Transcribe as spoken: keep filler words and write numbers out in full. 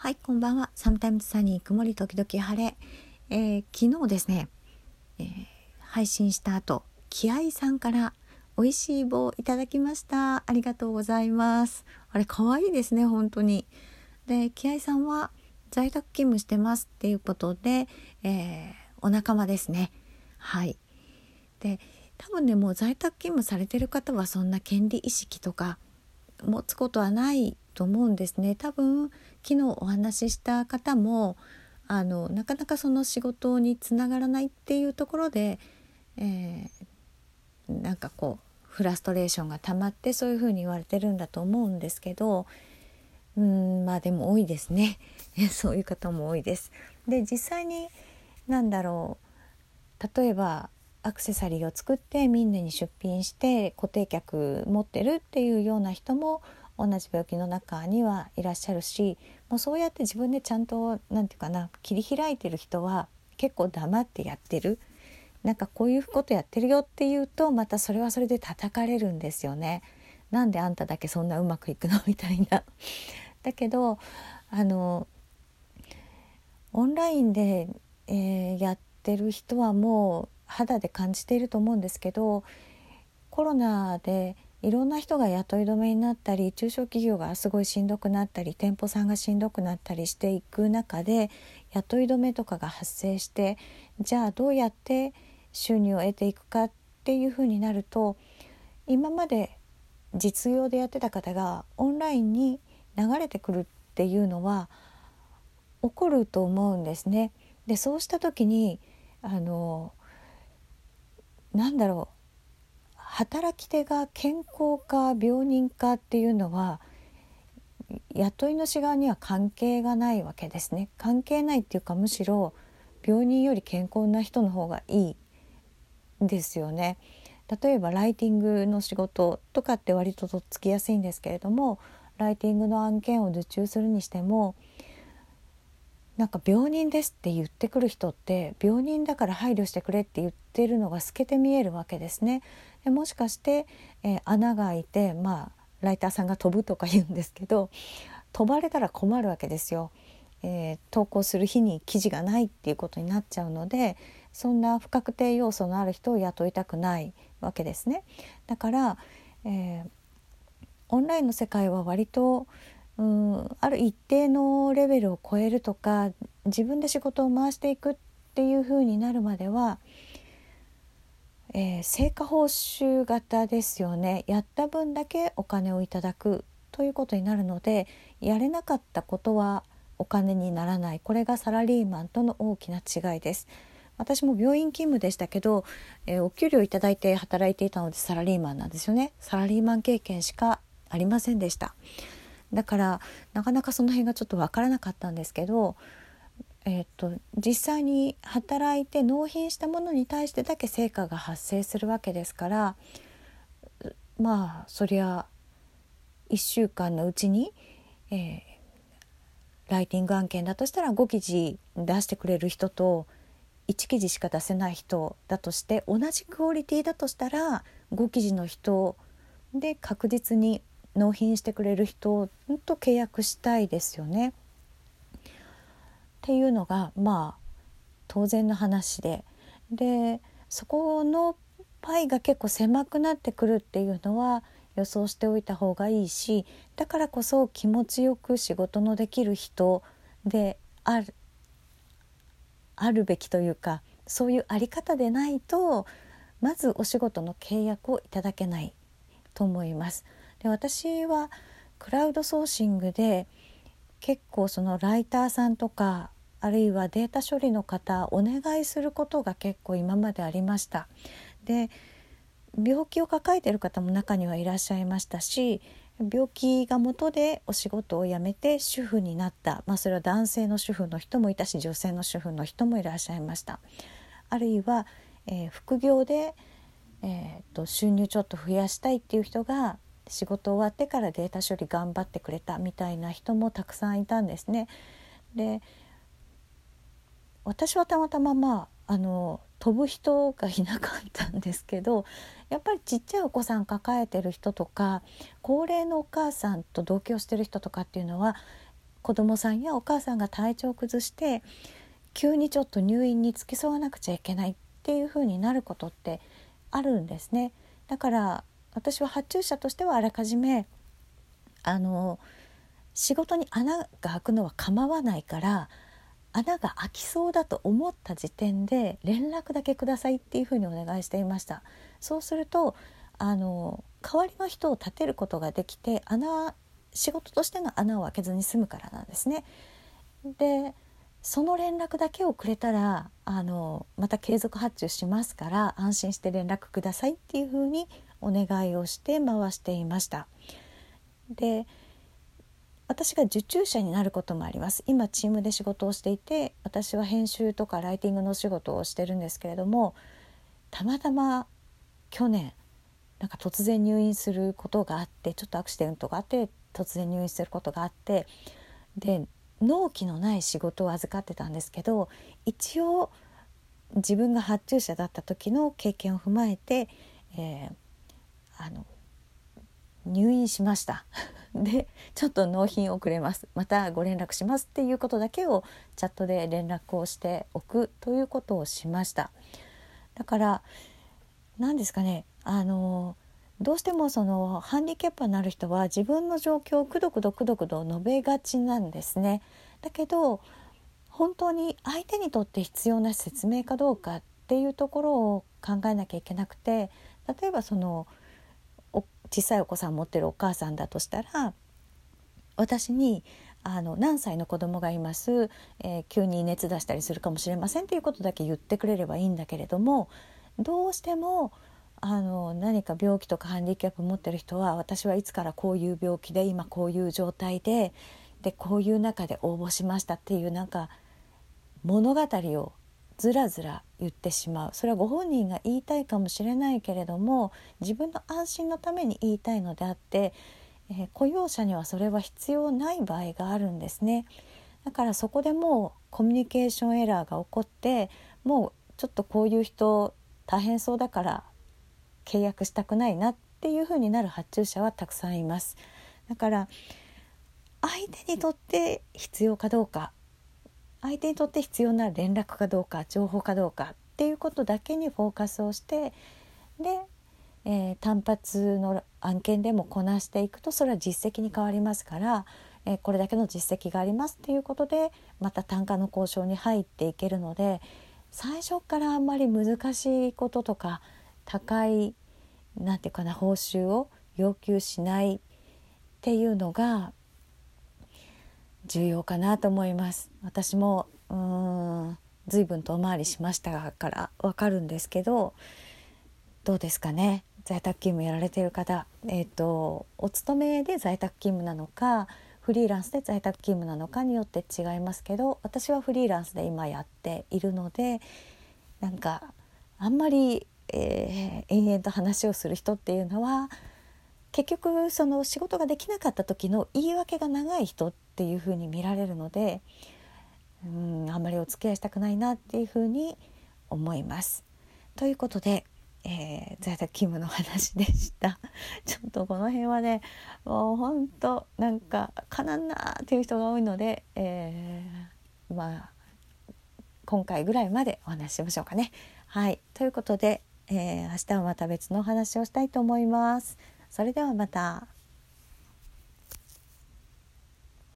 はい、こんばんは。サムタイムズサニー、曇り時々晴れ、えー、昨日ですね、えー、配信した後、気合さんから美味しい棒をいただきました。ありがとうございます。あれ可愛いですね、本当に。で、気合さんは在宅勤務してますっていうことで、えー、お仲間ですね。はい。で、多分ね、もう在宅勤務されてる方はそんな権利意識とか持つことはないと思うんですね。多分昨日お話しした方もあのなかなかその仕事につながらないっていうところで、えー、なんかこうフラストレーションが溜まってそういうふうに言われてるんだと思うんですけど、うーんまあでも多いですねそういう方も多いです。で、実際に何だろう、例えばアクセサリーを作ってみんなに出品して固定客持ってるっていうような人も同じ病気の中にはいらっしゃるし、もうそうやって自分でちゃんとなんていうかな切り開いてる人は結構黙ってやってる、なんかこういうことやってるよっていうとまたそれはそれで叩かれるんですよね。なんであんただけそんなうまくいくのみたいなだけどあのオンラインで、えーやってる人はもう肌で感じていると思うんですけど、コロナでいろんな人が雇い止めになったり、中小企業がすごいしんどくなったり、店舗さんがしんどくなったりしていく中で雇い止めとかが発生して、じゃあどうやって収入を得ていくかっていうふうになると、今まで実用でやってた方がオンラインに流れてくるっていうのは起こると思うんですね。で、そうした時にあのなんだろう働き手が健康か病人かっていうのは雇い主側には関係がないわけですね。関係ないっていうか、むしろ病人より健康な人の方がいいんですよね。例えばライティングの仕事とかって割ととっつきやすいんですけれども、ライティングの案件を受注するにしても、なんか病人ですって言ってくる人って病人だから配慮してくれって言ってるのが透けて見えるわけですね。でもしかして、えー穴が開いて、まあライターさんが飛ぶとか言うんですけど、飛ばれたら困るわけですよ。えー投稿する日に記事がないっていうことになっちゃうので、そんな不確定要素のある人を雇いたくないわけですね。だから、えーオンラインの世界は割とうん、ある一定のレベルを超えるとか、自分で仕事を回していくっていう風になるまでは、えー成果報酬型ですよね。やった分だけお金をいただくということになるので、やれなかったことはお金にならない。これがサラリーマンとの大きな違いです。私も病院勤務でしたけど、えーお給料いただいて働いていたのでサラリーマンなんですよね。サラリーマン経験しかありませんでした。だからなかなかその辺がちょっと分からなかったんですけど、えー、と実際に働いて納品したものに対してだけ成果が発生するわけですから、まあそりゃいっしゅうかんのうちに、えーライティング案件だとしたらご記事出してくれる人といち記事しか出せない人だとして、同じクオリティだとしたらご記事の人で確実に納品してくれる人と契約したいですよねっていうのがまあ当然の話で、でそこのパイが結構狭くなってくるっていうのは予想しておいた方がいいし、だからこそ気持ちよく仕事のできる人である、あるべきというか、そういうあり方でないとまずお仕事の契約をいただけないと思います。で、私はクラウドソーシングで結構そのライターさんとかあるいはデータ処理の方お願いすることが結構今までありました。で、病気を抱えている方も中にはいらっしゃいましたし、病気が元でお仕事を辞めて主婦になった、まあ、それは男性の主婦の人もいたし女性の主婦の人もいらっしゃいました。あるいは、えー副業で、えーと収入ちょっと増やしたいっていう人が仕事終わってからデータ処理頑張ってくれたみたいな人もたくさんいたんですね。で、私はたまたままああの飛ぶ人がいなかったんですけど、やっぱりちっちゃいお子さん抱えてる人とか高齢のお母さんと同居してる人とかっていうのは子供さんやお母さんが体調を崩して急にちょっと入院に付き添わなくちゃいけないっていう風になることってあるんですね。だから私は発注者としてはあらかじめあの仕事に穴が開くのは構わないから、穴が開きそうだと思った時点で連絡だけくださいっていうふうにお願いしていました。そうするとあの代わりの人を立てることができて、穴仕事としての穴を開けずに済むからなんですね。でその連絡だけをくれたらあのまた継続発注しますから安心して連絡くださいっていうふうにお願いをして回していました。で私が受注者になることもあります。今チームで仕事をしていて、私は編集とかライティングの仕事をしてるんですけれども、たまたま去年なんか突然入院することがあって、ちょっとアクシデントがあって突然入院することがあって、で納期のない仕事を預かってたんですけど、一応自分が発注者だった時の経験を踏まえて、えー、あの入院しましたでちょっと納品遅れます、またご連絡しますっていうことだけをチャットで連絡をしておくということをしました。だから何ですかね、あのどうしてもそのハンディキャップになる人は自分の状況をくどくどくどくど述べがちなんですね。だけど本当に相手にとって必要な説明かどうかっていうところを考えなきゃいけなくて、例えばその小さいお子さん持ってるお母さんだとしたら、私にあの何歳の子供がいます、えー、急に熱出したりするかもしれませんっていうことだけ言ってくれればいいんだけれども、どうしてもあの何か病気とかハンディキャップ持ってる人は、私はいつからこういう病気で今こういう状態ででこういう中で応募しましたっていうなんか物語をずらずら言ってしまう。それはご本人が言いたいかもしれないけれども、自分の安心のために言いたいのであって、えー、雇用者にはそれは必要ない場合があるんですね。だからそこでもうコミュニケーションエラーが起こって、もうちょっとこういう人大変そうだから契約したくないなっていう風になる発注者はたくさんいます。だから相手にとって必要かどうか、相手にとって必要な連絡かどうか、情報かどうかっていうことだけにフォーカスをして、で、えー、単発の案件でもこなしていくと、それは実績に変わりますから、えー、これだけの実績がありますっていうことでまた単価の交渉に入っていけるので、最初からあんまり難しいこととか高いなんていうかな報酬を要求しないっていうのが重要かなと思います。私もうーん随分遠回りしましたからわかるんですけど、どうですかね、在宅勤務やられている方、えーと、お勤めで在宅勤務なのかフリーランスで在宅勤務なのかによって違いますけど、私はフリーランスで今やっているので、なんかあんまり、えー、延々と話をする人っていうのは結局その仕事ができなかった時の言い訳が長い人っていう風に見られるので、うーんあんまりお付き合いしたくないなっていう風に思います。ということで、えー、在宅勤務の話でした。ちょっとこの辺はね、もうほんとなんかかなんなっていう人が多いので、えー、まあ今回ぐらいまでお話ししましょうかね。はい、ということで、えー、明日はまた別のお話をしたいと思います。それではまた。